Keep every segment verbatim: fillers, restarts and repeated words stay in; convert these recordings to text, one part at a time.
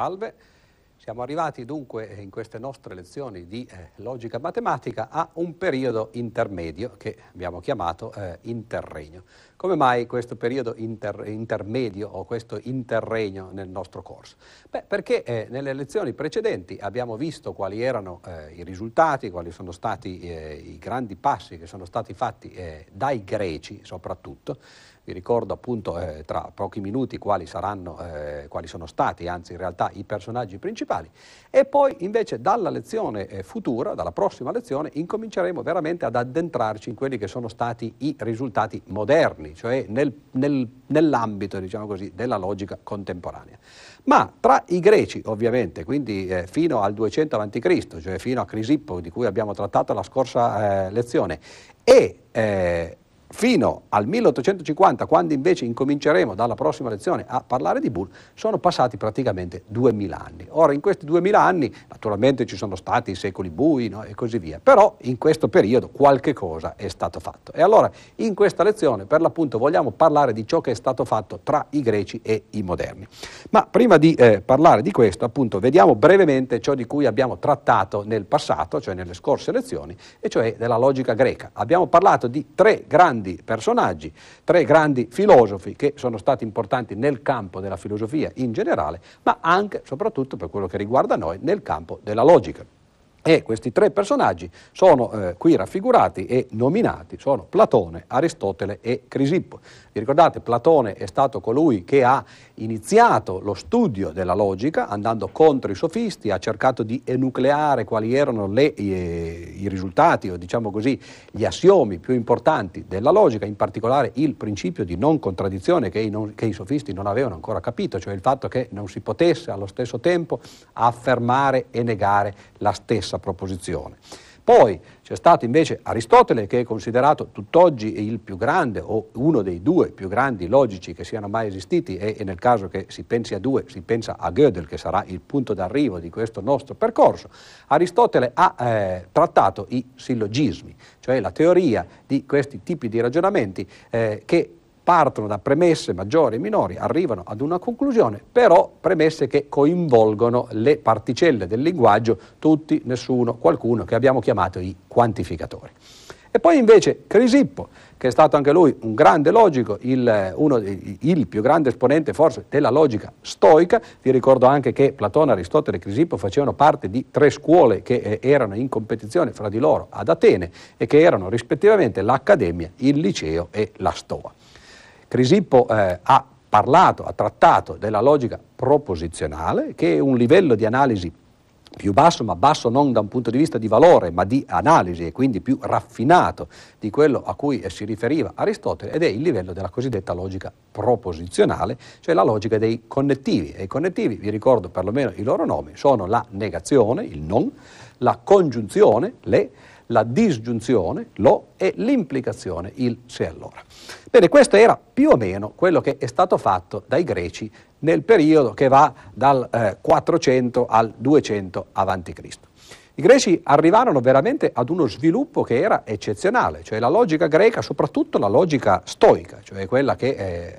Salve, siamo arrivati dunque in queste nostre lezioni di eh, logica matematica a un periodo intermedio che abbiamo chiamato eh, interregno. Come mai questo periodo inter intermedio o questo interregno nel nostro corso? Beh, perché eh, nelle lezioni precedenti abbiamo visto quali erano eh, i risultati, quali sono stati eh, i grandi passi che sono stati fatti eh, dai greci soprattutto. Vi ricordo appunto eh, tra pochi minuti quali saranno, eh, quali sono stati, anzi in realtà i personaggi principali, e poi invece dalla lezione eh, futura, dalla prossima lezione, incominceremo veramente ad addentrarci in quelli che sono stati i risultati moderni, cioè nel, nel, nell'ambito, diciamo così, della logica contemporanea. Ma tra i greci, ovviamente, quindi eh, fino al duecento avanti Cristo, cioè fino a Crisippo, di cui abbiamo trattato la scorsa eh, lezione, e eh, fino al milleottocentocinquanta, quando invece incominceremo dalla prossima lezione a parlare di Boole, sono passati praticamente duemila anni. Ora, in questi duemila anni, naturalmente ci sono stati i secoli bui, no, e così via, però in questo periodo qualche cosa è stato fatto. E allora, in questa lezione, per l'appunto, vogliamo parlare di ciò che è stato fatto tra i greci e i moderni. Ma prima di eh, parlare di questo, appunto, vediamo brevemente ciò di cui abbiamo trattato nel passato, cioè nelle scorse lezioni, e cioè della logica greca. Abbiamo parlato di tre grandi personaggi, tre grandi filosofi che sono stati importanti nel campo della filosofia in generale, ma anche, soprattutto per quello che riguarda noi, nel campo della logica. E questi tre personaggi sono eh, qui raffigurati e nominati, sono Platone, Aristotele e Crisippo. Vi ricordate, Platone è stato colui che ha iniziato lo studio della logica, andando contro i sofisti, ha cercato di enucleare quali erano le, eh, i risultati, o diciamo così, gli assiomi più importanti della logica, in particolare il principio di non contraddizione che i, non, che i sofisti non avevano ancora capito, cioè il fatto che non si potesse allo stesso tempo affermare e negare la stessa proposizione. Poi c'è stato invece Aristotele, che è considerato tutt'oggi il più grande o uno dei due più grandi logici che siano mai esistiti, e, e nel caso che si pensi a due si pensa a Gödel, che sarà il punto d'arrivo di questo nostro percorso. Aristotele ha eh, trattato i sillogismi, cioè la teoria di questi tipi di ragionamenti eh, che partono da premesse maggiori e minori, arrivano ad una conclusione, però premesse che coinvolgono le particelle del linguaggio, tutti, nessuno, qualcuno, che abbiamo chiamato i quantificatori. E poi invece Crisippo, che è stato anche lui un grande logico, il, uno, il più grande esponente forse della logica stoica. Vi ricordo anche che Platone, Aristotele e Crisippo facevano parte di tre scuole che eh, erano in competizione fra di loro ad Atene e che erano rispettivamente l'Accademia, il Liceo e la Stoa. Crisippo eh, ha parlato, ha trattato della logica proposizionale, che è un livello di analisi più basso, ma basso non da un punto di vista di valore, ma di analisi, e quindi più raffinato di quello a cui si riferiva Aristotele, ed è il livello della cosiddetta logica proposizionale, cioè la logica dei connettivi. E i connettivi, vi ricordo perlomeno i loro nomi, sono la negazione, il non, la congiunzione, le, la disgiunzione, lo, e l'implicazione, il se allora. Bene, questo era più o meno quello che è stato fatto dai greci nel periodo che va dal eh, quattrocento al duecento avanti Cristo. I greci arrivarono veramente ad uno sviluppo che era eccezionale, cioè la logica greca, soprattutto la logica stoica, cioè quella che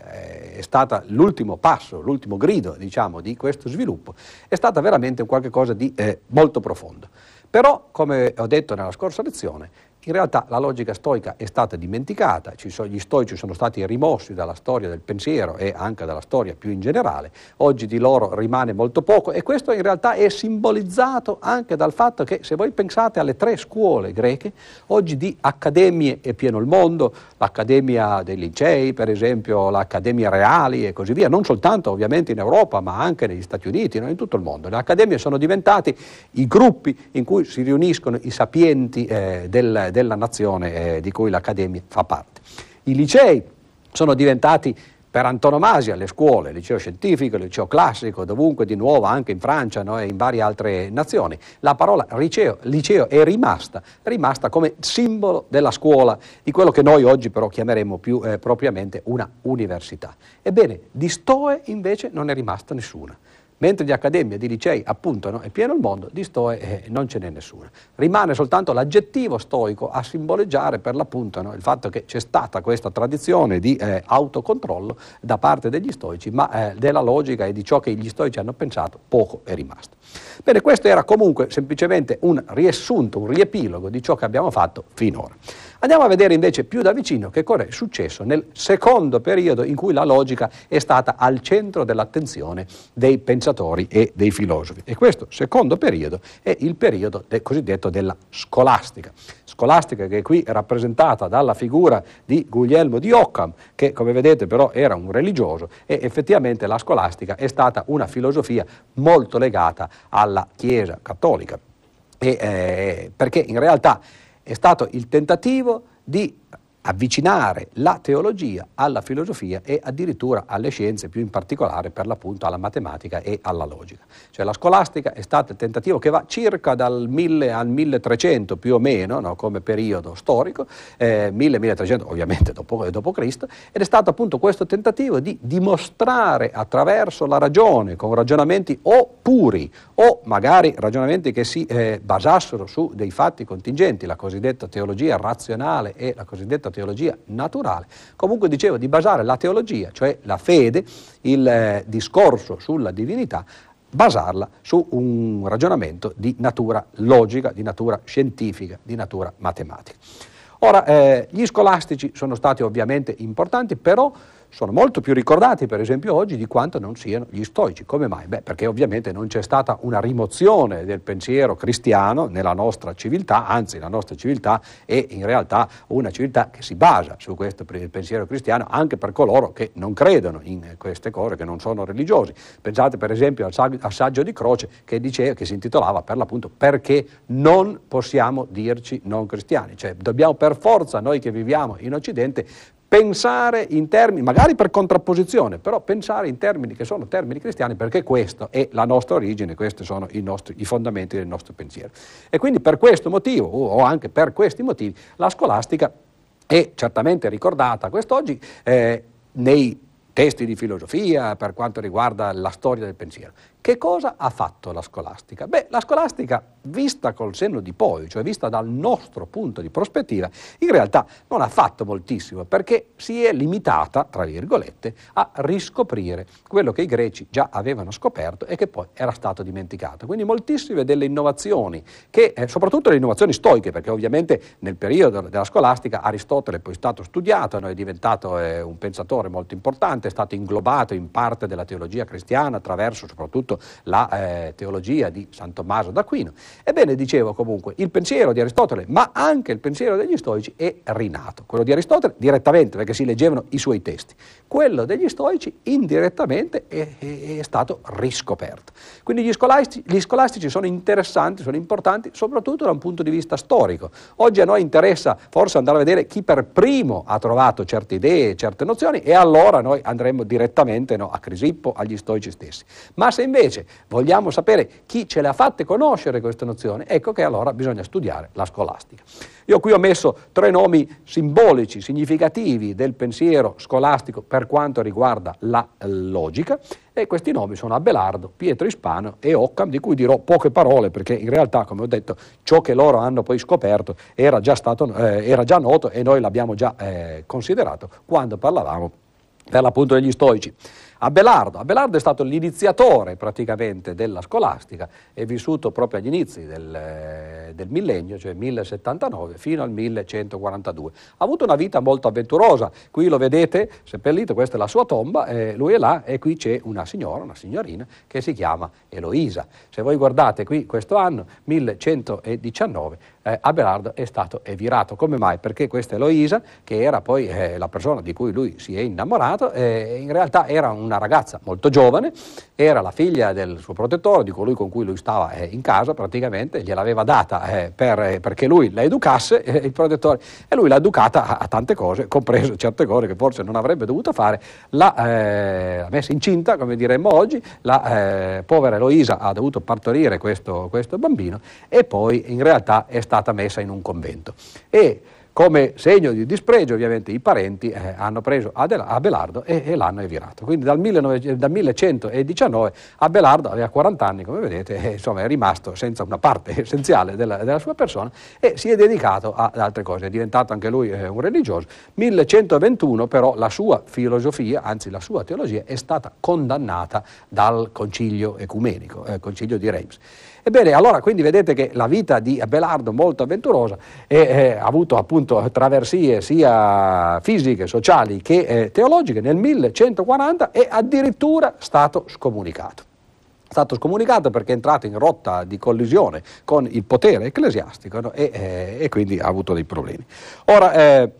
è, è stata l'ultimo passo, l'ultimo grido, diciamo, di questo sviluppo, è stata veramente un qualche cosa di eh, molto profondo. Però, come ho detto nella scorsa lezione, in realtà la logica stoica è stata dimenticata, ci sono, gli stoici sono stati rimossi dalla storia del pensiero e anche dalla storia più in generale. Oggi di loro rimane molto poco, e questo in realtà è simbolizzato anche dal fatto che, se voi pensate alle tre scuole greche, oggi di accademie è pieno il mondo, l'Accademia dei Licei per esempio, l'Accademia Reali e così via, non soltanto ovviamente in Europa ma anche negli Stati Uniti, no? In tutto il mondo. Le accademie sono diventati i gruppi in cui si riuniscono i sapienti eh, del della nazione eh, di cui l'Accademia fa parte. I licei sono diventati per antonomasia le scuole, il liceo scientifico, il liceo classico, dovunque di nuovo, anche in Francia, no, e in varie altre nazioni. La parola liceo, liceo è rimasta, rimasta come simbolo della scuola, di quello che noi oggi però chiameremo più eh, propriamente una università. Ebbene, di stoe invece non è rimasta nessuna. mentre di accademie, di licei appunto no, è pieno il mondo, di stoe eh, non ce n'è nessuna. Rimane soltanto l'aggettivo stoico a simboleggiare per l'appunto no, il fatto che c'è stata questa tradizione di eh, autocontrollo da parte degli stoici, ma eh, della logica e di ciò che gli stoici hanno pensato poco è rimasto. Bene, questo era comunque semplicemente un riassunto, un riepilogo di ciò che abbiamo fatto finora. Andiamo a vedere invece più da vicino che cosa è successo nel secondo periodo in cui la logica è stata al centro dell'attenzione dei pensatori e dei filosofi. E questo secondo periodo è il periodo de- cosiddetto della scolastica. Scolastica che è qui rappresentata dalla figura di Guglielmo di Occam, che come vedete però era un religioso, e effettivamente la scolastica è stata una filosofia molto legata alla Chiesa cattolica, e, eh, perché in realtà è stato il tentativo di avvicinare la teologia alla filosofia e addirittura alle scienze, più in particolare per l'appunto alla matematica e alla logica. Cioè la scolastica è stato il tentativo che va circa dal mille al milletrecento più o meno, no, come periodo storico, eh, mille milletrecento ovviamente dopo, dopo Cristo, ed è stato appunto questo tentativo di dimostrare attraverso la ragione, con ragionamenti o puri o magari ragionamenti che si eh, basassero su dei fatti contingenti, la cosiddetta teologia razionale e la cosiddetta teologia naturale. Comunque dicevo di basare la teologia, cioè la fede, il eh, discorso sulla divinità, basarla su un ragionamento di natura logica, di natura scientifica, di natura matematica. Ora, eh, gli scolastici sono stati ovviamente importanti, però sono molto più ricordati per esempio oggi di quanto non siano gli stoici. Come mai? Beh, perché ovviamente non c'è stata una rimozione del pensiero cristiano nella nostra civiltà, anzi la nostra civiltà è in realtà una civiltà che si basa su questo pensiero cristiano anche per coloro che non credono in queste cose, che non sono religiosi. Pensate per esempio al saggio, al saggio di Croce che diceva, che si intitolava per l'appunto "Perché non possiamo dirci non cristiani", cioè dobbiamo per forza noi che viviamo in Occidente pensare in termini, magari per contrapposizione, però pensare in termini che sono termini cristiani, perché questa è la nostra origine, questi sono i, nostri, i fondamenti del nostro pensiero. E quindi per questo motivo, o anche per questi motivi, la scolastica è certamente ricordata quest'oggi eh, nei testi di filosofia per quanto riguarda la storia del pensiero. Che cosa ha fatto la scolastica? Beh, la scolastica, vista col senno di poi, cioè vista dal nostro punto di prospettiva, in realtà non ha fatto moltissimo, perché si è limitata, tra virgolette, a riscoprire quello che i greci già avevano scoperto e che poi era stato dimenticato. Quindi moltissime delle innovazioni, che, eh, soprattutto le innovazioni stoiche, perché ovviamente nel periodo della scolastica Aristotele è poi stato studiato, no, è diventato eh, un pensatore molto importante, è stato inglobato in parte della teologia cristiana attraverso soprattutto la eh, teologia di San Tommaso d'Aquino. Ebbene, dicevo comunque, il pensiero di Aristotele, ma anche il pensiero degli stoici è rinato. Quello di Aristotele direttamente, perché si leggevano i suoi testi. Quello degli stoici indirettamente è, è, è stato riscoperto. Quindi gli scolastici, gli scolastici sono interessanti, sono importanti, soprattutto da un punto di vista storico. Oggi a noi interessa forse andare a vedere chi per primo ha trovato certe idee, certe nozioni, e allora noi andremo direttamente no, a Crisippo, agli stoici stessi. Ma se invece vogliamo sapere chi ce le ha fatte conoscere queste nozioni, ecco che allora bisogna studiare la scolastica. Io qui ho messo tre nomi simbolici, significativi del pensiero scolastico per quanto riguarda la logica, e questi nomi sono Abelardo, Pietro Ispano e Occam, di cui dirò poche parole perché in realtà, come ho detto, ciò che loro hanno poi scoperto era già, stato, eh, era già noto e noi l'abbiamo già eh, considerato quando parlavamo per l'appunto degli stoici. Abelardo. Abelardo è stato l'iniziatore praticamente della scolastica, è vissuto proprio agli inizi del, del millennio, cioè millesettantanove fino al millecentoquarantadue. Ha avuto una vita molto avventurosa, qui lo vedete seppellito, questa è la sua tomba, eh, lui è là e qui c'è una signora, una signorina che si chiama Eloisa. Se voi guardate qui questo anno, millecentodiciannove, eh, Abelardo è stato evirato. Come mai? Perché questa Eloisa, che era poi eh, la persona di cui lui si è innamorato, eh, in realtà era un una ragazza molto giovane, era la figlia del suo protettore, di colui con cui lui stava eh, in casa praticamente, gliel'aveva data eh, per, eh, perché lui la educasse, eh, il protettore, e lui l'ha educata a, a tante cose, compreso certe cose che forse non avrebbe dovuto fare, l'ha eh, messa incinta, come diremmo oggi, la eh, povera Eloisa ha dovuto partorire questo, questo bambino e poi in realtà è stata messa in un convento. E come segno di dispregio ovviamente i parenti eh, hanno preso Adela- Abelardo e, e l'hanno evirato. Quindi dal, millenovecento, dal millecentodiciannove Abelardo aveva quaranta anni, come vedete, e insomma è rimasto senza una parte essenziale della, della sua persona e si è dedicato ad altre cose, è diventato anche lui eh, un religioso. millecentoventuno però la sua filosofia, anzi la sua teologia, è stata condannata dal concilio ecumenico, il eh, concilio di Reims. Ebbene, allora quindi vedete che la vita di Abelardo molto avventurosa e, eh, ha avuto appunto traversie sia fisiche, sociali che eh, teologiche. Nel millecentoquaranta è addirittura stato scomunicato. È stato scomunicato perché è entrato in rotta di collisione con il potere ecclesiastico, no? e, eh, e quindi ha avuto dei problemi. Ora, eh,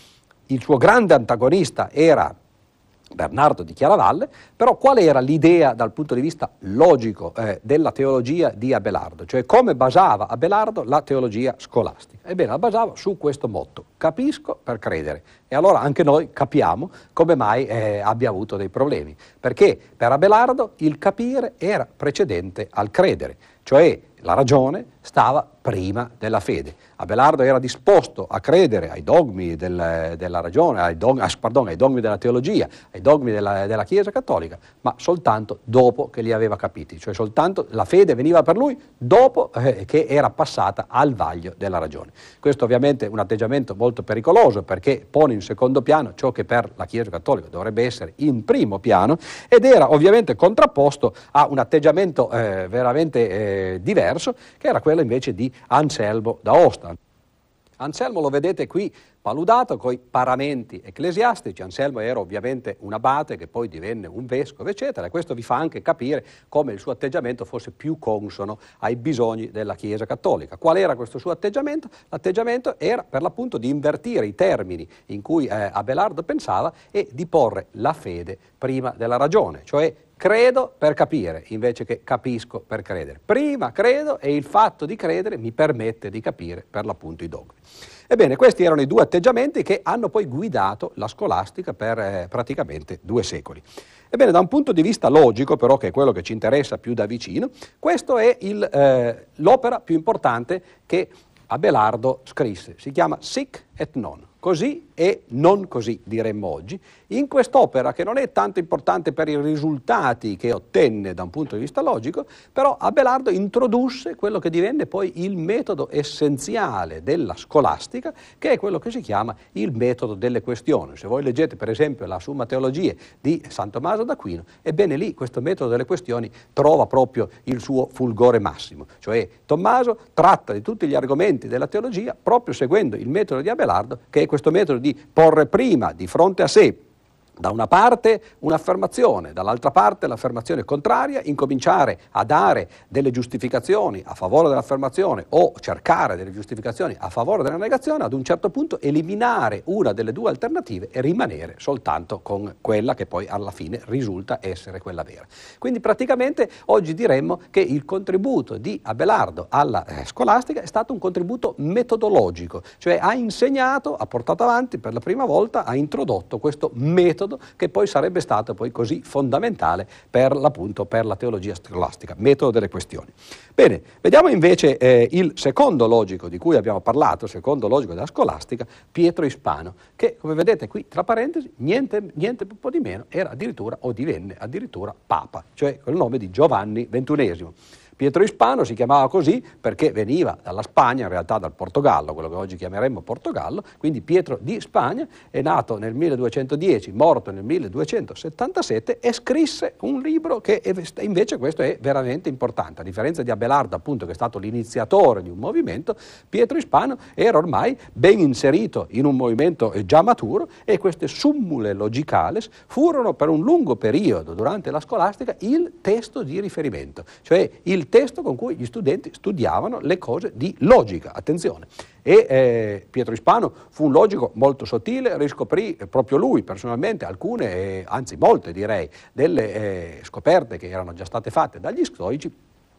il suo grande antagonista era Bernardo di Chiaravalle, però qual era l'idea dal punto di vista logico eh, della teologia di Abelardo? Cioè come basava Abelardo la teologia scolastica? Ebbene, la basava su questo motto: capisco per credere. E allora anche noi capiamo come mai eh, abbia avuto dei problemi, perché per Abelardo il capire era precedente al credere, cioè la ragione stava prima della fede. Abelardo era disposto a credere ai dogmi del, della ragione, ai dogmi, pardon, ai dogmi della teologia, ai dogmi della, della Chiesa cattolica, ma soltanto dopo che li aveva capiti, cioè soltanto la fede veniva per lui dopo eh, che era passata al vaglio della ragione. Questo ovviamente è un atteggiamento molto pericoloso perché pone in secondo piano ciò che per la Chiesa cattolica dovrebbe essere in primo piano ed era ovviamente contrapposto a un atteggiamento eh, veramente eh, diverso, che era quello invece di Anselmo d'Aosta. Anselmo lo vedete qui paludato coi paramenti ecclesiastici. Anselmo era ovviamente un abate che poi divenne un vescovo, eccetera, e questo vi fa anche capire come il suo atteggiamento fosse più consono ai bisogni della Chiesa cattolica. Qual era questo suo atteggiamento? L'atteggiamento era per l'appunto di invertire i termini in cui eh, Abelardo pensava e di porre la fede prima della ragione, cioè credo per capire invece che capisco per credere. Prima credo e il fatto di credere mi permette di capire per l'appunto i dogmi. Ebbene, questi erano i due atteggiamenti che hanno poi guidato la scolastica per eh, praticamente due secoli. Ebbene, da un punto di vista logico, però, che è quello che ci interessa più da vicino, questa è il, eh, l'opera più importante che Abelardo scrisse. Si chiama Sic et Non, così e non così, diremmo oggi. In quest'opera, che non è tanto importante per i risultati che ottenne da un punto di vista logico, però Abelardo introdusse quello che divenne poi il metodo essenziale della scolastica, che è quello che si chiama il metodo delle questioni. Se voi leggete per esempio la Summa Theologiae di San Tommaso d'Aquino, ebbene lì questo metodo delle questioni trova proprio il suo fulgore massimo. Cioè Tommaso tratta di tutti gli argomenti della teologia proprio seguendo il metodo di Abelardo, che è questo metodo di porre prima di fronte a sé da una parte un'affermazione, dall'altra parte l'affermazione contraria, incominciare a dare delle giustificazioni a favore dell'affermazione o cercare delle giustificazioni a favore della negazione, ad un certo punto eliminare una delle due alternative e rimanere soltanto con quella che poi alla fine risulta essere quella vera. Quindi praticamente oggi diremmo che il contributo di Abelardo alla eh, scolastica è stato un contributo metodologico, cioè ha insegnato, ha portato avanti per la prima volta, ha introdotto questo metodo che poi sarebbe stato poi così fondamentale per l'appunto per la teologia scolastica, metodo delle questioni. Bene, vediamo invece eh, il secondo logico di cui abbiamo parlato, il secondo logico della scolastica, Pietro Ispano, che come vedete qui tra parentesi niente, niente po' di meno era addirittura o divenne addirittura papa, cioè col nome di Giovanni ventunesimo. Pietro Ispano si chiamava così perché veniva dalla Spagna, in realtà dal Portogallo, quello che oggi chiameremmo Portogallo, quindi Pietro di Spagna, è nato nel milleduecentodieci, morto nel milleduecentosettantasette e scrisse un libro che invece questo è veramente importante. A differenza di Abelardo, appunto, che è stato l'iniziatore di un movimento, Pietro Ispano era ormai ben inserito in un movimento già maturo e queste summule logicales furono per un lungo periodo durante la scolastica il testo di riferimento, cioè il testo con cui gli studenti studiavano le cose di logica, attenzione. E eh, Pietro Ispano fu un logico molto sottile, riscoprì eh, proprio lui personalmente alcune, eh, anzi molte direi, delle eh, scoperte che erano già state fatte dagli stoici,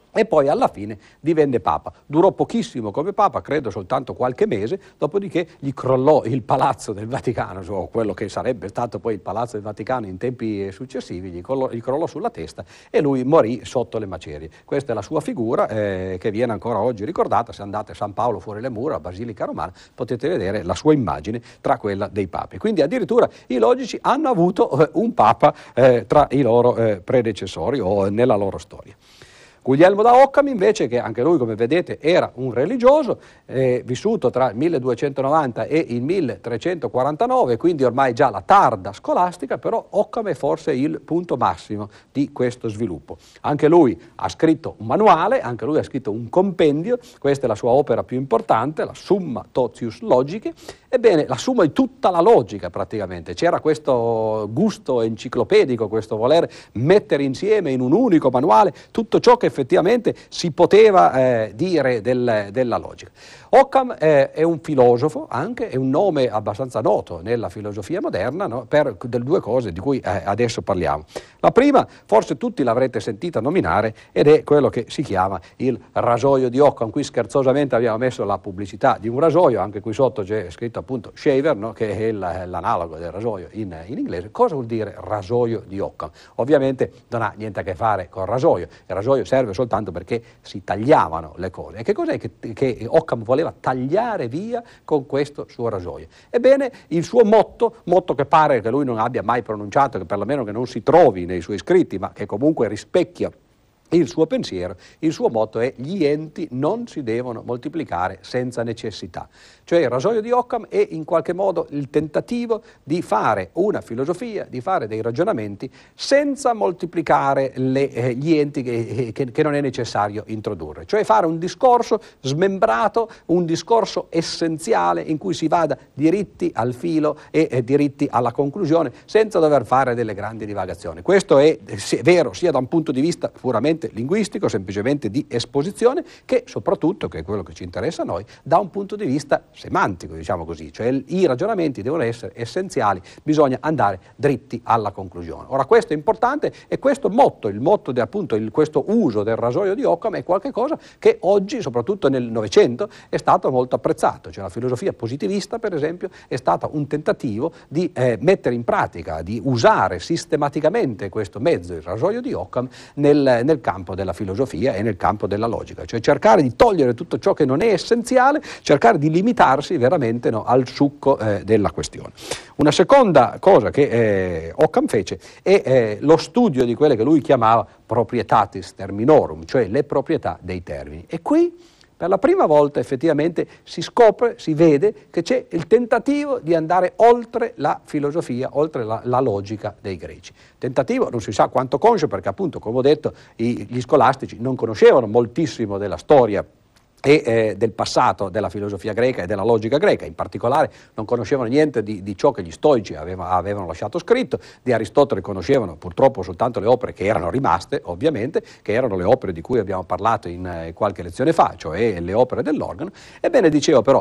e poi alla fine divenne Papa. Durò pochissimo come Papa, credo soltanto qualche mese, dopodiché gli crollò il Palazzo del Vaticano, o quello che sarebbe stato poi il Palazzo del Vaticano in tempi successivi, gli crollò, gli crollò sulla testa e lui morì sotto le macerie. Questa è la sua figura eh, che viene ancora oggi ricordata. Se andate a San Paolo fuori le mura, a Basilica Romana, potete vedere la sua immagine tra quella dei papi. Quindi addirittura i logici hanno avuto eh, un Papa eh, tra i loro eh, predecessori o nella loro storia. Guglielmo da Occam invece, che anche lui come vedete era un religioso, eh, vissuto tra il milleduecentonovanta e il milletrecentoquarantanove, quindi ormai già la tarda scolastica, però Occam è forse il punto massimo di questo sviluppo. Anche lui ha scritto un manuale, anche lui ha scritto un compendio, questa è la sua opera più importante, la Summa Totius Logicae. Ebbene, la summa di tutta la logica praticamente, c'era questo gusto enciclopedico, questo voler mettere insieme in un unico manuale tutto ciò che effettivamente si poteva eh, dire del, della logica. Occam eh, è un filosofo, anche è un nome abbastanza noto nella filosofia moderna, no? Per delle due cose di cui eh, adesso parliamo. La prima, forse tutti l'avrete sentita nominare, ed è quello che si chiama il rasoio di Occam. Qui scherzosamente abbiamo messo la pubblicità di un rasoio, anche qui sotto c'è scritto appunto shaver, no? Che è il, l'analogo del rasoio in, in inglese. Cosa vuol dire rasoio di Occam? Ovviamente non ha niente a che fare con il rasoio, il rasoio serve soltanto perché si tagliavano le cose. E che cos'è che, che Occam voleva tagliare via con questo suo rasoio? Ebbene, il suo motto, motto che pare che lui non abbia mai pronunciato, che perlomeno che non si trovi nei suoi scritti, ma che comunque rispecchia il suo pensiero, il suo motto è: gli enti non si devono moltiplicare senza necessità. Cioè il rasoio di Occam è in qualche modo il tentativo di fare una filosofia, di fare dei ragionamenti senza moltiplicare le, eh, gli enti che, che, che non è necessario introdurre. Cioè fare un discorso smembrato, un discorso essenziale in cui si vada diritti al filo e eh, diritti alla conclusione senza dover fare delle grandi divagazioni. Questo è, è vero sia da un punto di vista puramente linguistico, semplicemente di esposizione, che soprattutto, che è quello che ci interessa a noi, da un punto di vista semantico, diciamo così, cioè i ragionamenti devono essere essenziali, bisogna andare dritti alla conclusione. Ora questo è importante e questo motto, il motto di appunto il, questo uso del rasoio di Occam è qualcosa che oggi, soprattutto nel Novecento, è stato molto apprezzato. Cioè la filosofia positivista, per esempio, è stata un tentativo di eh, mettere in pratica, di usare sistematicamente questo mezzo, il rasoio di Occam, nel, nel campo della filosofia e nel campo della logica, cioè cercare di togliere tutto ciò che non è essenziale, cercare di limitarsi veramente no, al succo eh, della questione. Una seconda cosa che eh, Occam fece è eh, lo studio di quelle che lui chiamava proprietatis terminorum, cioè le proprietà dei termini. E qui per la prima volta effettivamente si scopre, si vede che c'è il tentativo di andare oltre la filosofia, oltre la, la logica dei greci. Tentativo non si sa quanto conscio, perché appunto, come ho detto, i, gli scolastici non conoscevano moltissimo della storia e eh, del passato della filosofia greca e della logica greca. In particolare non conoscevano niente di, di ciò che gli stoici aveva, avevano lasciato scritto. Di Aristotele conoscevano purtroppo soltanto le opere che erano rimaste, ovviamente, che erano le opere di cui abbiamo parlato in eh, qualche lezione fa, cioè le opere dell'organo. Ebbene, dicevo però,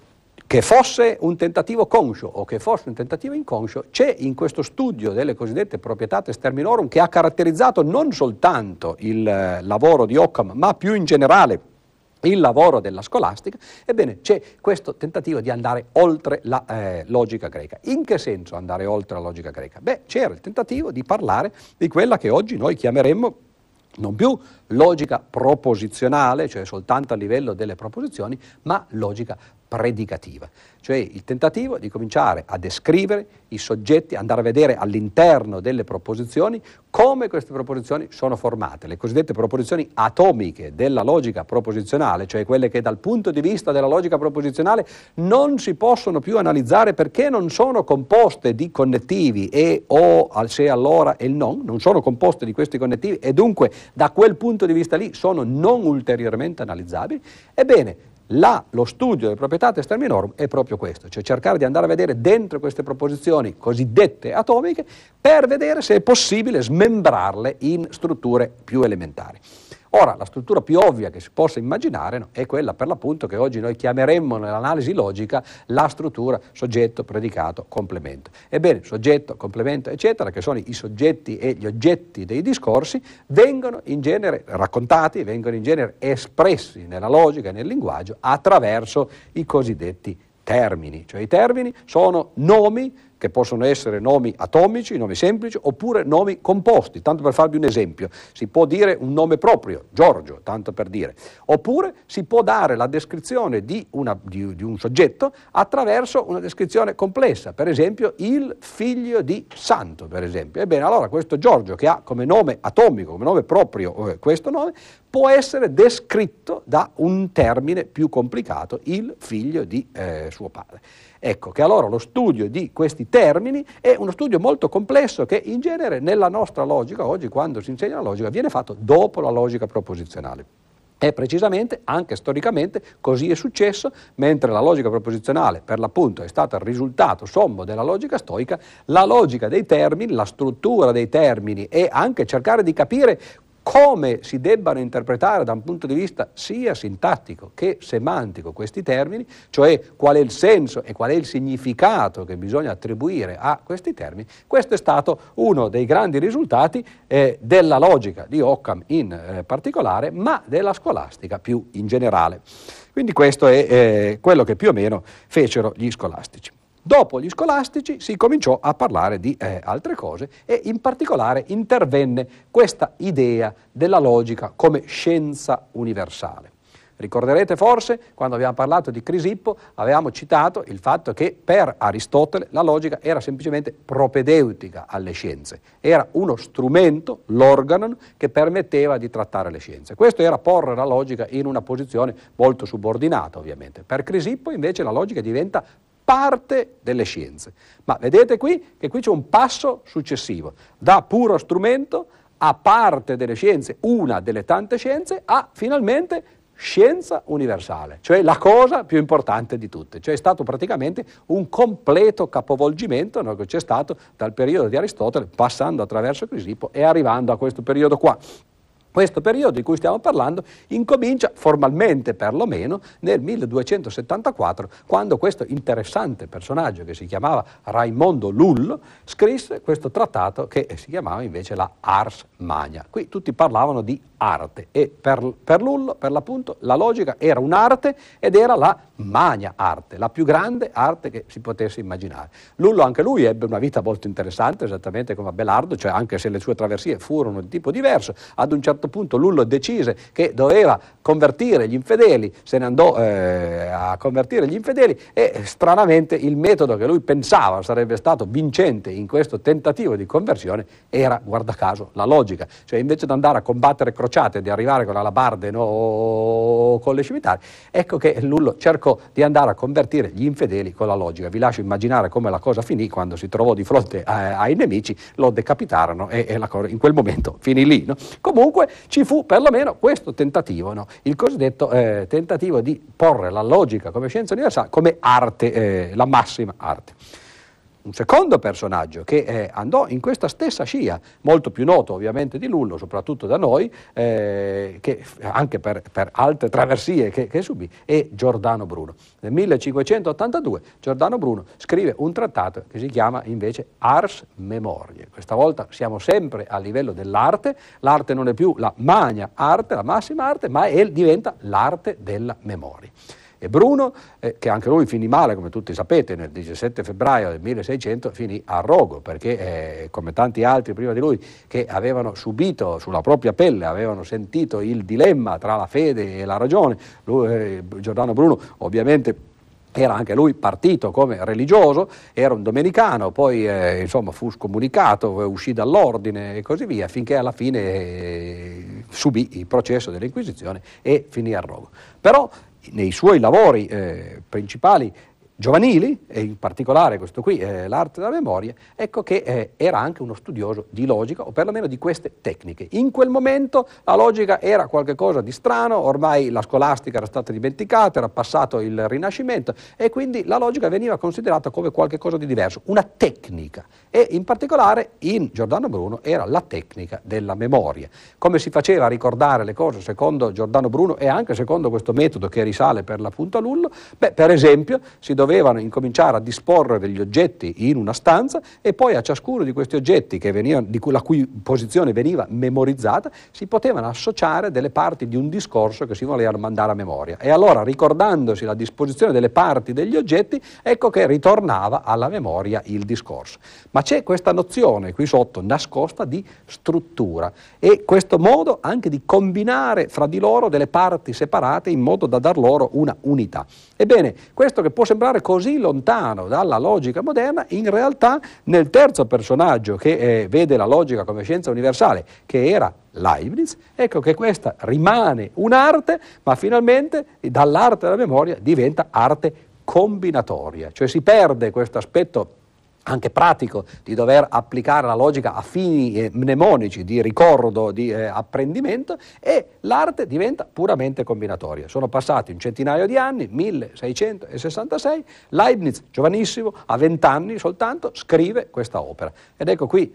che fosse un tentativo conscio o che fosse un tentativo inconscio, c'è in questo studio delle cosiddette proprietates terminorum, che ha caratterizzato non soltanto il eh, lavoro di Occam, ma più in generale il lavoro della scolastica. Ebbene, c'è questo tentativo di andare oltre la eh, logica greca. In che senso andare oltre la logica greca? Beh, c'era il tentativo di parlare di quella che oggi noi chiameremmo non più logica proposizionale, cioè soltanto a livello delle proposizioni, ma logica predicativa, cioè il tentativo di cominciare a descrivere i soggetti, andare a vedere all'interno delle proposizioni come queste proposizioni sono formate, le cosiddette proposizioni atomiche della logica proposizionale, cioè quelle che dal punto di vista della logica proposizionale non si possono più analizzare perché non sono composte di connettivi e o al se, allora e il non, non sono composte di questi connettivi e dunque da quel punto di vista lì sono non ulteriormente analizzabili. Ebbene, là lo studio delle proprietates terminorum è proprio questo, cioè cercare di andare a vedere dentro queste proposizioni cosiddette atomiche per vedere se è possibile smembrarle in strutture più elementari. Ora, la struttura più ovvia che si possa immaginare, no, è quella per l'appunto che oggi noi chiameremmo nell'analisi logica la struttura soggetto, predicato, complemento. Ebbene, soggetto, complemento, eccetera, che sono i soggetti e gli oggetti dei discorsi, vengono in genere raccontati, vengono in genere espressi nella logica e nel linguaggio attraverso i cosiddetti termini. Cioè i termini sono nomi che possono essere nomi atomici, nomi semplici, oppure nomi composti. Tanto per farvi un esempio, si può dire un nome proprio, Giorgio, tanto per dire, oppure si può dare la descrizione di, una, di, di un soggetto attraverso una descrizione complessa, per esempio il figlio di Santo, per esempio. Ebbene, allora questo Giorgio, che ha come nome atomico, come nome proprio eh, questo nome, può essere descritto da un termine più complicato, il figlio di eh, suo padre. Ecco che allora lo studio di questi termini è uno studio molto complesso che in genere nella nostra logica, oggi quando si insegna la logica, viene fatto dopo la logica proposizionale. E precisamente, anche storicamente, così è successo, mentre la logica proposizionale per l'appunto è stata il risultato sommo della logica stoica, la logica dei termini, la struttura dei termini e anche cercare di capire come si debbano interpretare da un punto di vista sia sintattico che semantico questi termini, cioè qual è il senso e qual è il significato che bisogna attribuire a questi termini, questo è stato uno dei grandi risultati eh, della logica di Occam in eh, particolare, ma della scolastica più in generale. Quindi questo è eh, quello che più o meno fecero gli scolastici. Dopo gli scolastici si cominciò a parlare di eh, altre cose e in particolare intervenne questa idea della logica come scienza universale. Ricorderete forse, quando abbiamo parlato di Crisippo, avevamo citato il fatto che per Aristotele la logica era semplicemente propedeutica alle scienze, era uno strumento, l'organo, che permetteva di trattare le scienze. Questo era porre la logica in una posizione molto subordinata, ovviamente. Per Crisippo invece la logica diventa parte delle scienze. Ma vedete qui che qui c'è un passo successivo, da puro strumento a parte delle scienze, una delle tante scienze, a finalmente scienza universale, cioè la cosa più importante di tutte. Cioè è stato praticamente un completo capovolgimento, no, che c'è stato dal periodo di Aristotele, passando attraverso Crisippo e arrivando a questo periodo qua. Questo periodo di cui stiamo parlando incomincia formalmente perlomeno nel milleduecentosettantaquattro, quando questo interessante personaggio che si chiamava Raimondo Lullo scrisse questo trattato che si chiamava invece la Ars Magna. Qui tutti parlavano di arte e per, per Lullo, per l'appunto, la logica era un'arte ed era la magna arte, la più grande arte che si potesse immaginare. Lullo anche lui ebbe una vita molto interessante, esattamente come Abelardo, cioè anche se le sue traversie furono di tipo diverso, ad un certo punto Lullo decise che doveva convertire gli infedeli, se ne andò eh, a convertire gli infedeli e stranamente il metodo che lui pensava sarebbe stato vincente in questo tentativo di conversione era, guarda caso, la logica, cioè invece di andare a combattere crociate e di arrivare con alabarde, no, o con le scimitari, ecco che Lullo cercò di andare a convertire gli infedeli con la logica. Vi lascio immaginare come la cosa finì quando si trovò di fronte a, ai nemici, lo decapitarono e, e la cosa in quel momento finì lì. No? Comunque ci fu perlomeno questo tentativo, no? Il cosiddetto eh, tentativo di porre la logica come scienza universale, come arte, eh, la massima arte. Un secondo personaggio che eh, andò in questa stessa scia, molto più noto ovviamente di Lullo, soprattutto da noi, eh, che anche per, per altre traversie che, che subì, è Giordano Bruno. Nel millecinquecentottantadue Giordano Bruno scrive un trattato che si chiama invece Ars Memoriae. Questa volta siamo sempre a livello dell'arte, l'arte non è più la magna arte, la massima arte, ma è, diventa l'arte della memoria. E Bruno, eh, che anche lui finì male, come tutti sapete, nel diciassette febbraio del milleseicento finì a rogo, perché eh, come tanti altri prima di lui che avevano subito sulla propria pelle, avevano sentito il dilemma tra la fede e la ragione, lui, eh, Giordano Bruno ovviamente era anche lui partito come religioso, era un domenicano, poi eh, insomma fu scomunicato, uscì dall'ordine e così via, finché alla fine eh, subì il processo dell'Inquisizione e finì a rogo. Però nei suoi lavori eh, principali giovanili, e in particolare questo qui, eh, l'arte della memoria, ecco che eh, era anche uno studioso di logica, o perlomeno di queste tecniche. In quel momento la logica era qualcosa di strano, ormai la scolastica era stata dimenticata, era passato il Rinascimento, e quindi la logica veniva considerata come qualcosa di diverso, una tecnica, e in particolare in Giordano Bruno era la tecnica della memoria. Come si faceva a ricordare le cose secondo Giordano Bruno e anche secondo questo metodo che risale per l'appunto a Lullo? Beh, per esempio, si dovevano incominciare a disporre degli oggetti in una stanza e poi a ciascuno di questi oggetti che venivano, di cui, la cui posizione veniva memorizzata, si potevano associare delle parti di un discorso che si voleva mandare a memoria. E allora, ricordandosi la disposizione delle parti degli oggetti, ecco che ritornava alla memoria il discorso. Ma c'è questa nozione qui sotto nascosta di struttura e questo modo anche di combinare fra di loro delle parti separate in modo da dar loro una unità. Ebbene, questo che può sembrare così lontano dalla logica moderna, in realtà nel terzo personaggio che eh, vede la logica come scienza universale, che era Leibniz, ecco che questa rimane un'arte, ma finalmente dall'arte della memoria diventa arte combinatoria, cioè si perde questo aspetto anche pratico di dover applicare la logica a fini eh, mnemonici, di ricordo, di eh, apprendimento, e l'arte diventa puramente combinatoria. Sono passati un centinaio di anni, milleseicentosessantasei, Leibniz, giovanissimo, a vent'anni soltanto, scrive questa opera. Ed ecco qui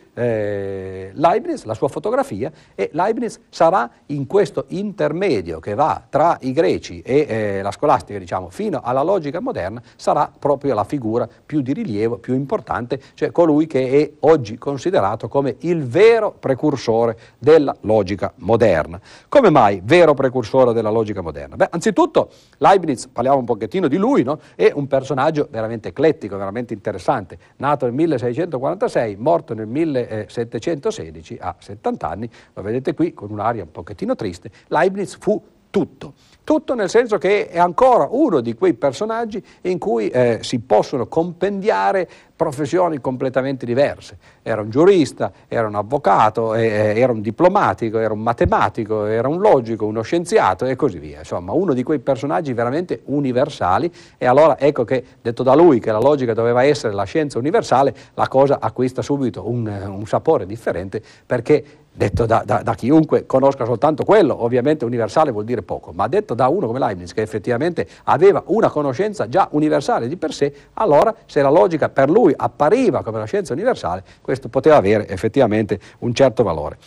eh, Leibniz, la sua fotografia, e Leibniz sarà in questo intermedio che va tra i greci e eh, la scolastica, diciamo, fino alla logica moderna, sarà proprio la figura più di rilievo, più importante, cioè colui che è oggi considerato come il vero precursore della logica moderna. Come mai vero precursore della logica moderna? Beh, anzitutto Leibniz, parliamo un pochettino di lui, no? È un personaggio veramente eclettico, veramente interessante, nato nel milleseicentoquarantasei, morto nel millesettecentosedici, a settanta anni, lo vedete qui con un'aria un pochettino triste. Leibniz fu tutto. Tutto nel senso che è ancora uno di quei personaggi in cui eh, si possono compendiare professioni completamente diverse. Era un giurista, era un avvocato, eh, era un diplomatico, era un matematico, era un logico, uno scienziato e così via. Insomma, uno di quei personaggi veramente universali, e allora ecco che, detto da lui che la logica doveva essere la scienza universale, la cosa acquista subito un, un sapore differente, perché detto da, da, da chiunque conosca soltanto quello, ovviamente universale vuol dire poco, ma detto da uno come Leibniz, che effettivamente aveva una conoscenza già universale di per sé, allora se la logica per lui appariva come la scienza universale, questo poteva avere effettivamente un certo valore.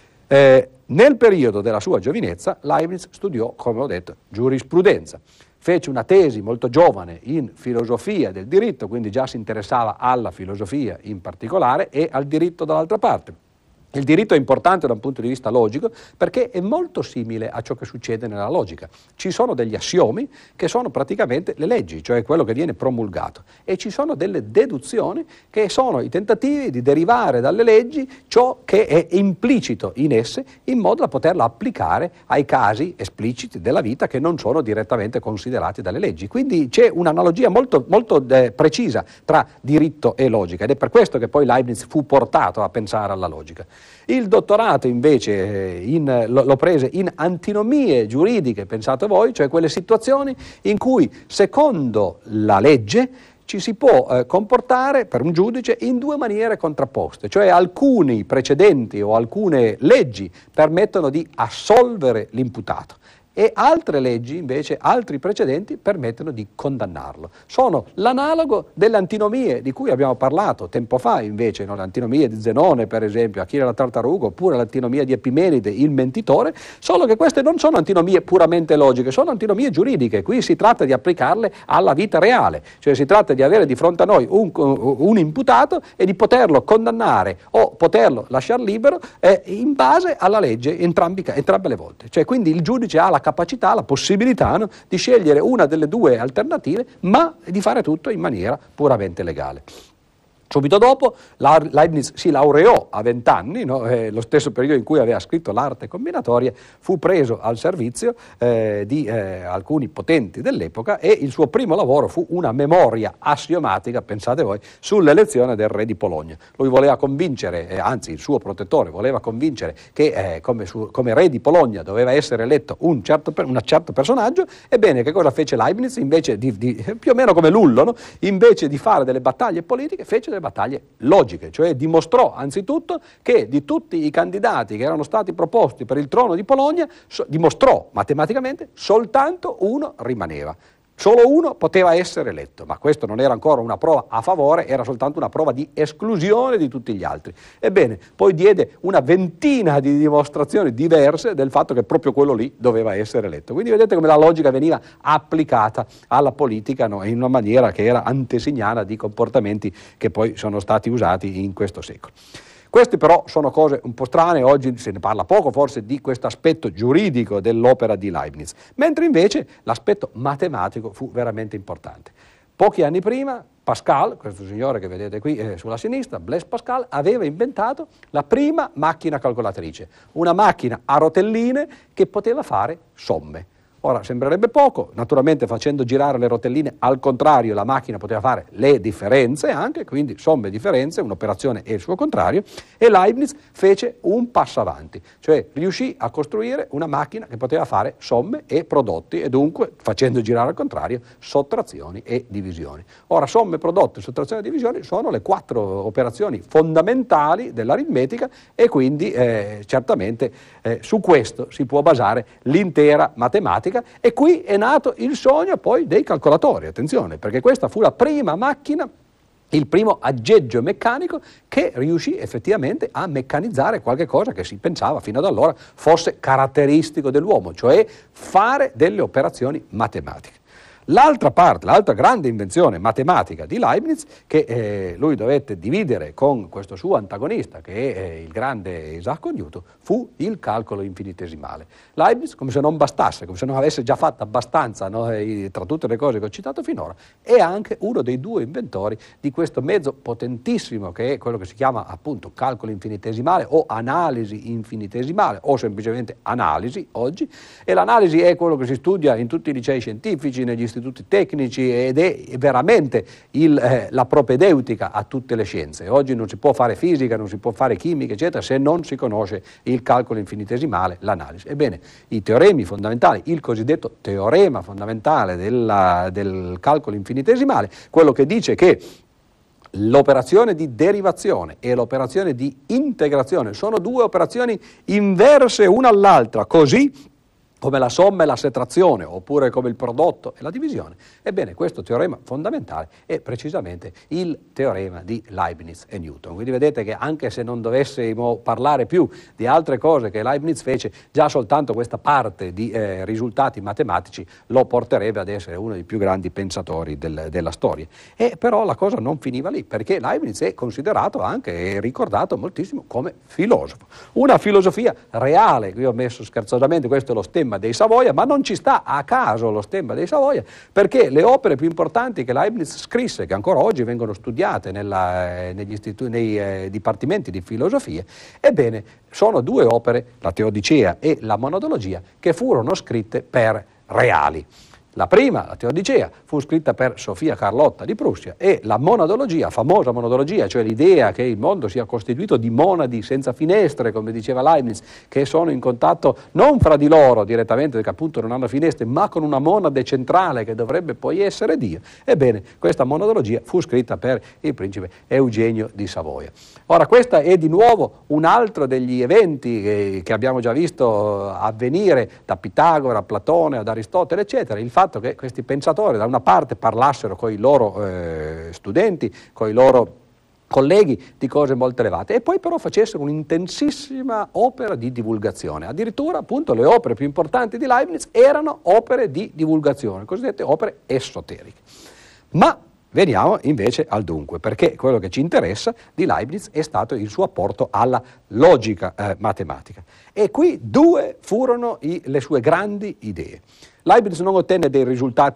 Eh, nel periodo della sua giovinezza Leibniz studiò, come ho detto, giurisprudenza. Fece una tesi molto giovane in filosofia del diritto, quindi già si interessava alla filosofia in particolare e al diritto dall'altra parte. Il diritto è importante da un punto di vista logico perché è molto simile a ciò che succede nella logica. Ci sono degli assiomi che sono praticamente le leggi, cioè quello che viene promulgato, e ci sono delle deduzioni che sono i tentativi di derivare dalle leggi ciò che è implicito in esse, in modo da poterla applicare ai casi espliciti della vita che non sono direttamente considerati dalle leggi. Quindi c'è un'analogia molto, molto eh, precisa tra diritto e logica, ed è per questo che poi Leibniz fu portato a pensare alla logica. Il dottorato invece in, lo, lo prese in antinomie giuridiche, pensate voi, cioè quelle situazioni in cui secondo la legge ci si può eh, comportare per un giudice in due maniere contrapposte, cioè alcuni precedenti o alcune leggi permettono di assolvere l'imputato e altre leggi, invece, altri precedenti, permettono di condannarlo. Sono l'analogo delle antinomie di cui abbiamo parlato tempo fa, invece, no? Le antinomie di Zenone, per esempio, Achille la tartaruga, oppure l'antinomia di Epimenide, il mentitore, solo che queste non sono antinomie puramente logiche, sono antinomie giuridiche. Qui si tratta di applicarle alla vita reale, cioè si tratta di avere di fronte a noi un, un imputato e di poterlo condannare o poterlo lasciare libero eh, in base alla legge entrambi, entrambe le volte. Cioè, quindi il giudice ha la capacità, la possibilità, no, di scegliere una delle due alternative, ma di fare tutto in maniera puramente legale. Subito dopo Leibniz si laureò a vent'anni, no? eh, lo stesso periodo in cui aveva scritto l'arte combinatoria, fu preso al servizio eh, di eh, alcuni potenti dell'epoca e il suo primo lavoro fu una memoria assiomatica, pensate voi, sull'elezione del re di Polonia. Lui voleva convincere, eh, anzi il suo protettore voleva convincere che eh, come, su, come re di Polonia doveva essere eletto un certo, un certo personaggio. Ebbene, che cosa fece Leibniz? Invece di, di più o meno come Lullo, no? Invece di fare delle battaglie politiche, fece delle battaglie logiche, cioè dimostrò anzitutto che di tutti i candidati che erano stati proposti per il trono di Polonia, so, dimostrò matematicamente soltanto uno rimaneva. Solo uno poteva essere eletto, ma questo non era ancora una prova a favore, era soltanto una prova di esclusione di tutti gli altri. Ebbene, poi diede una ventina di dimostrazioni diverse del fatto che proprio quello lì doveva essere eletto. Quindi vedete come la logica veniva applicata alla politica, no, in una maniera che era antesignana di comportamenti che poi sono stati usati in questo secolo. Queste però sono cose un po' strane, oggi se ne parla poco forse di questo aspetto giuridico dell'opera di Leibniz, mentre invece l'aspetto matematico fu veramente importante. Pochi anni prima Pascal, questo signore che vedete qui eh, sulla sinistra, Blaise Pascal, aveva inventato la prima macchina calcolatrice, una macchina a rotelline che poteva fare somme. Ora, sembrerebbe poco, naturalmente facendo girare le rotelline al contrario la macchina poteva fare le differenze anche, quindi somme e differenze, un'operazione e il suo contrario, e Leibniz fece un passo avanti, cioè riuscì a costruire una macchina che poteva fare somme e prodotti e dunque, facendo girare al contrario, sottrazioni e divisioni. Ora, somme, prodotti, sottrazioni e divisioni sono le quattro operazioni fondamentali dell'aritmetica e quindi eh, certamente eh, su questo si può basare l'intera matematica. E qui è nato il sogno poi dei calcolatori, attenzione, perché questa fu la prima macchina, il primo aggeggio meccanico che riuscì effettivamente a meccanizzare qualche cosa che si pensava fino ad allora fosse caratteristico dell'uomo, cioè fare delle operazioni matematiche. L'altra parte, l'altra grande invenzione matematica di Leibniz, che eh, lui dovette dividere con questo suo antagonista, che è eh, il grande Isacco Newton, fu il calcolo infinitesimale. Leibniz, come se non bastasse, come se non avesse già fatto abbastanza, no, eh, tra tutte le cose che ho citato finora, è anche uno dei due inventori di questo mezzo potentissimo che è quello che si chiama appunto calcolo infinitesimale o analisi infinitesimale o semplicemente analisi oggi, e l'analisi è quello che si studia in tutti i licei scientifici, negli istituti tecnici ed è veramente il, eh, la propedeutica a tutte le scienze. Oggi non si può fare fisica, non si può fare chimica, eccetera, se non si conosce il calcolo infinitesimale, l'analisi. Ebbene, i teoremi fondamentali, il cosiddetto teorema fondamentale della, del calcolo infinitesimale, quello che dice che l'operazione di derivazione e l'operazione di integrazione sono due operazioni inverse una all'altra, così come la somma e la sottrazione, oppure come il prodotto e la divisione. Ebbene, questo teorema fondamentale è precisamente il teorema di Leibniz e Newton. Quindi vedete che anche se non dovessimo parlare più di altre cose che Leibniz fece, già soltanto questa parte di eh, risultati matematici lo porterebbe ad essere uno dei più grandi pensatori del, della storia. E però la cosa non finiva lì, perché Leibniz è considerato anche e ricordato moltissimo come filosofo. Una filosofia reale, qui ho messo scherzosamente, questo è lo stemma dei Savoia, ma non ci sta a caso lo stemma dei Savoia, perché le opere più importanti che Leibniz scrisse, che ancora oggi vengono studiate nella, negli istituti, nei eh, dipartimenti di filosofia, ebbene, sono due opere, la Teodicea e la Monadologia, che furono scritte per reali. La prima, la Teodicea, fu scritta per Sofia Carlotta di Prussia e la monadologia, famosa monadologia, cioè l'idea che il mondo sia costituito di monadi senza finestre, come diceva Leibniz, che sono in contatto non fra di loro direttamente, perché appunto non hanno finestre, ma con una monade centrale che dovrebbe poi essere Dio. Ebbene, questa monadologia fu scritta per il principe Eugenio di Savoia. Ora, questa è di nuovo un altro degli eventi che, che abbiamo già visto avvenire da Pitagora a Platone ad Aristotele, eccetera, il fatto che questi pensatori da una parte parlassero con i loro eh, studenti, con i loro colleghi di cose molto elevate e poi però facessero un'intensissima opera di divulgazione. Addirittura appunto le opere più importanti di Leibniz erano opere di divulgazione, cosiddette opere esoteriche. Ma veniamo invece al dunque, perché quello che ci interessa di Leibniz è stato il suo apporto alla logica eh, matematica. E qui due furono i, le sue grandi idee. Leibniz non ottenne dei risultati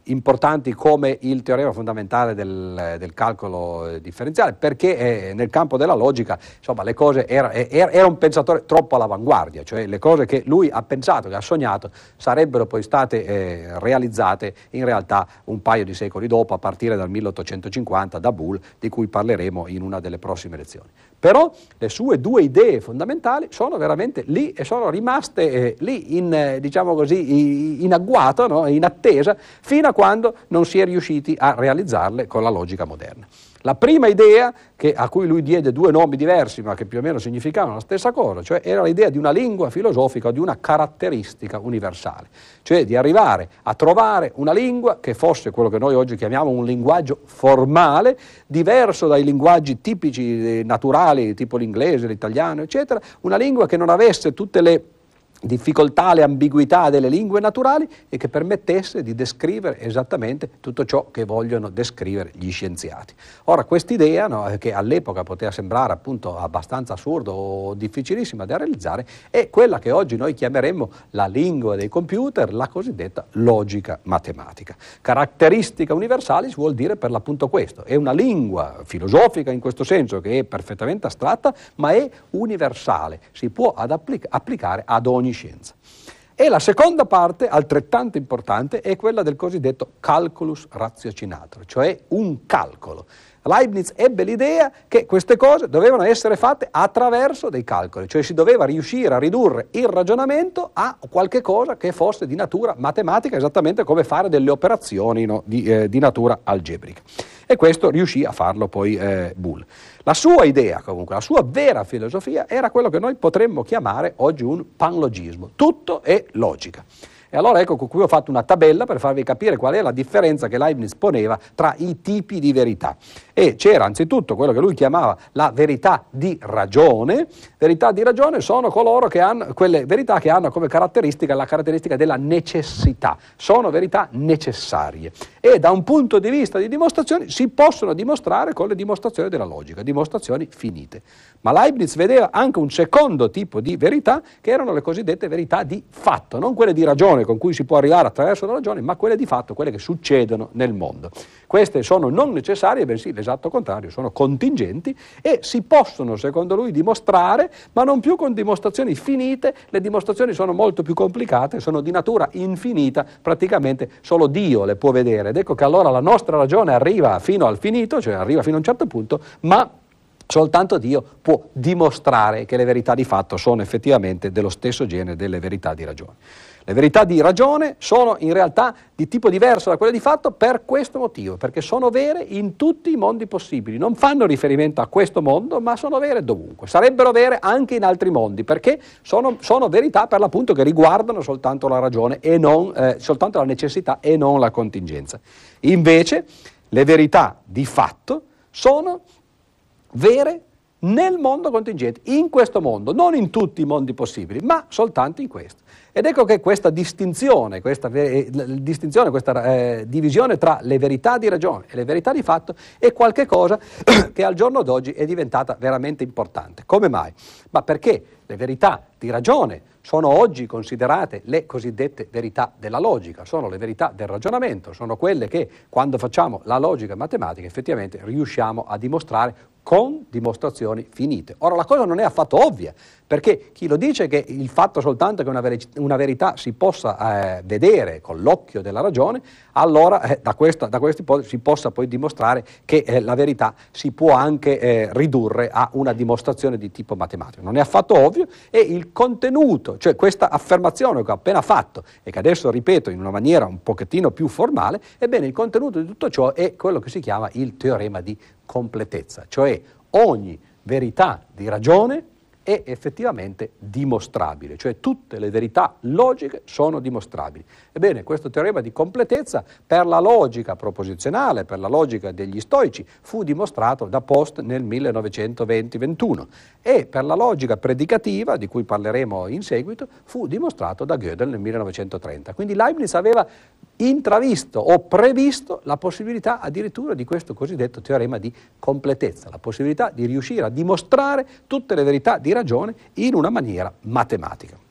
importanti come il teorema fondamentale del, del calcolo differenziale, perché eh, nel campo della logica, insomma, le cose era, era, era un pensatore troppo all'avanguardia, cioè le cose che lui ha pensato, che ha sognato, sarebbero poi state eh, realizzate in realtà un paio di secoli dopo, a partire dal milleottocentocinquanta da Boole, di cui parleremo in una delle prossime lezioni. Però le sue due idee fondamentali sono veramente lì e sono rimaste eh, lì in, eh, diciamo così, in agguato, no? In attesa, fino a quando non si è riusciti a realizzarle con la logica moderna. La prima idea, che, a cui lui diede due nomi diversi ma che più o meno significavano la stessa cosa, cioè era l'idea di una lingua filosofica o di una caratteristica universale, cioè di arrivare a trovare una lingua che fosse quello che noi oggi chiamiamo un linguaggio formale, diverso dai linguaggi tipici naturali, tipo l'inglese, l'italiano, eccetera, una lingua che non avesse tutte le difficoltà, le ambiguità delle lingue naturali e che permettesse di descrivere esattamente tutto ciò che vogliono descrivere gli scienziati. Ora, quest'idea, no, che all'epoca poteva sembrare appunto abbastanza assurdo o difficilissima da realizzare, è quella che oggi noi chiameremmo la lingua dei computer, la cosiddetta logica matematica. Caratteristica universalis vuol dire per l'appunto questo, è una lingua filosofica in questo senso che è perfettamente astratta, ma è universale, si può ad applic- applicare ad ogni scienza. E la seconda parte, altrettanto importante, è quella del cosiddetto calculus ratiocinator, cioè un calcolo. Leibniz ebbe l'idea che queste cose dovevano essere fatte attraverso dei calcoli, cioè si doveva riuscire a ridurre il ragionamento a qualche cosa che fosse di natura matematica, esattamente come fare delle operazioni, no, di, eh, di natura algebrica. E questo riuscì a farlo poi eh, Boole. La sua idea, comunque, la sua vera filosofia era quello che noi potremmo chiamare oggi un panlogismo. Tutto è logica. E allora ecco, qui ho fatto una tabella per farvi capire qual è la differenza che Leibniz poneva tra i tipi di verità. E c'era anzitutto quello che lui chiamava la verità di ragione. Verità di ragione sono coloro che hanno, quelle verità che hanno come caratteristica la caratteristica della necessità. Sono verità necessarie. E da un punto di vista di dimostrazioni si possono dimostrare con le dimostrazioni della logica, dimostrazioni finite. Ma Leibniz vedeva anche un secondo tipo di verità, che erano le cosiddette verità di fatto, non quelle di ragione con cui si può arrivare attraverso la ragione, ma quelle di fatto, quelle che succedono nel mondo. Queste sono non necessarie, bensì l'esatto contrario, sono contingenti e si possono, secondo lui, dimostrare, ma non più con dimostrazioni finite. Le dimostrazioni sono molto più complicate, sono di natura infinita, praticamente solo Dio le può vedere. Ed ecco che allora la nostra ragione arriva fino al finito, cioè arriva fino a un certo punto, ma soltanto Dio può dimostrare che le verità di fatto sono effettivamente dello stesso genere delle verità di ragione. Le verità di ragione sono in realtà di tipo diverso da quelle di fatto per questo motivo, perché sono vere in tutti i mondi possibili, non fanno riferimento a questo mondo, ma sono vere dovunque. Sarebbero vere anche in altri mondi, perché sono, sono verità per l'appunto che riguardano soltanto la ragione e non, eh, soltanto la necessità e non la contingenza. Invece, le verità di fatto sono vere nel mondo contingente, in questo mondo, non in tutti i mondi possibili, ma soltanto in questo. Ed ecco che questa distinzione, questa, eh, distinzione, questa eh, divisione tra le verità di ragione e le verità di fatto è qualcosa che al giorno d'oggi è diventata veramente importante. Come mai? Ma perché le verità di ragione sono oggi considerate le cosiddette verità della logica, sono le verità del ragionamento, sono quelle che quando facciamo la logica matematica effettivamente riusciamo a dimostrare con dimostrazioni finite. Ora la cosa non è affatto ovvia, perché chi lo dice che il fatto soltanto che una, ver- una verità si possa eh, vedere con l'occhio della ragione, allora eh, da, questa, da questa ipotesi si possa poi dimostrare che eh, la verità si può anche eh, ridurre a una dimostrazione di tipo matematico. Non è affatto ovvio e il contenuto, cioè questa affermazione che ho appena fatto e che adesso ripeto in una maniera un pochettino più formale, ebbene il contenuto di tutto ciò è quello che si chiama il teorema di completezza, cioè ogni verità di ragione è effettivamente dimostrabile, cioè tutte le verità logiche sono dimostrabili. Ebbene, questo teorema di completezza per la logica proposizionale, per la logica degli stoici, fu dimostrato da Post nel millenovecentoventi ventuno e per la logica predicativa, di cui parleremo in seguito, fu dimostrato da Gödel nel millenovecentotrenta. Quindi Leibniz aveva intravisto o previsto la possibilità addirittura di questo cosiddetto teorema di completezza, la possibilità di riuscire a dimostrare tutte le verità di ragione in una maniera matematica.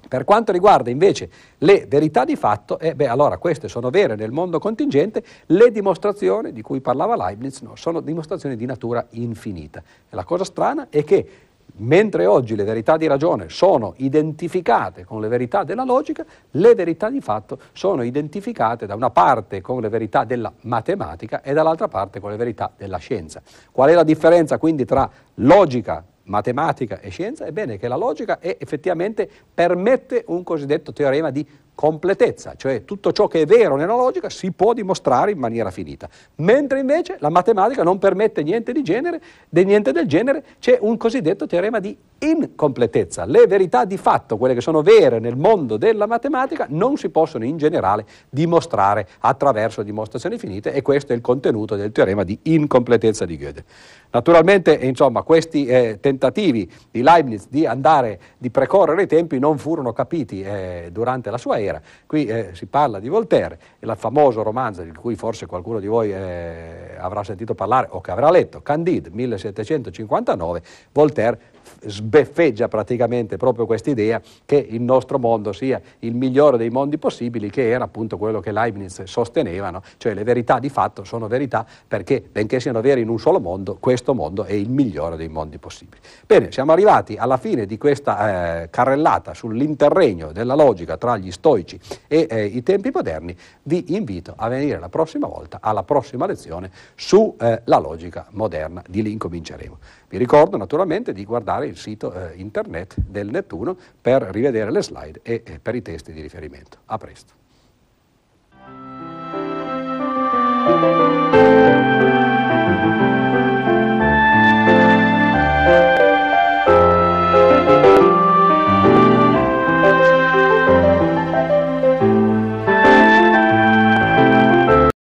Per quanto riguarda invece le verità di fatto, eh beh, allora queste sono vere nel mondo contingente, le dimostrazioni di cui parlava Leibniz no, sono dimostrazioni di natura infinita. E la cosa strana è che mentre oggi le verità di ragione sono identificate con le verità della logica, le verità di fatto sono identificate da una parte con le verità della matematica e dall'altra parte con le verità della scienza. Qual è la differenza quindi tra logica, matematica e scienza? Ebbene, che la logica è, effettivamente permette un cosiddetto teorema di completezza, cioè tutto ciò che è vero nella logica si può dimostrare in maniera finita, mentre invece la matematica non permette niente di genere, di niente del genere, c'è un cosiddetto teorema di incompletezza. Le verità di fatto, quelle che sono vere nel mondo della matematica, non si possono in generale dimostrare attraverso dimostrazioni finite, e questo è il contenuto del teorema di incompletezza di Gödel. Naturalmente, insomma, questi eh, tentativi di Leibniz di andare, di precorrere i tempi non furono capiti eh, durante la sua era. Qui eh, si parla di Voltaire, il famoso romanzo di cui forse qualcuno di voi eh, avrà sentito parlare o che avrà letto, Candide, millesettecentocinquantanove. Voltaire sbeffeggia praticamente proprio questa idea che il nostro mondo sia il migliore dei mondi possibili, che era appunto quello che Leibniz sostenevano, cioè le verità di fatto sono verità perché, benché siano vere in un solo mondo, questo mondo è il migliore dei mondi possibili. Bene, siamo arrivati alla fine di questa eh, carrellata sull'interregno della logica tra gli stoici e eh, i tempi moderni. Vi invito a venire la prossima volta, alla prossima lezione, su eh, la logica moderna. Di lì incominceremo. Vi ricordo naturalmente di guardare il sito eh, internet del Nettuno per rivedere le slide e eh, per i testi di riferimento. A presto.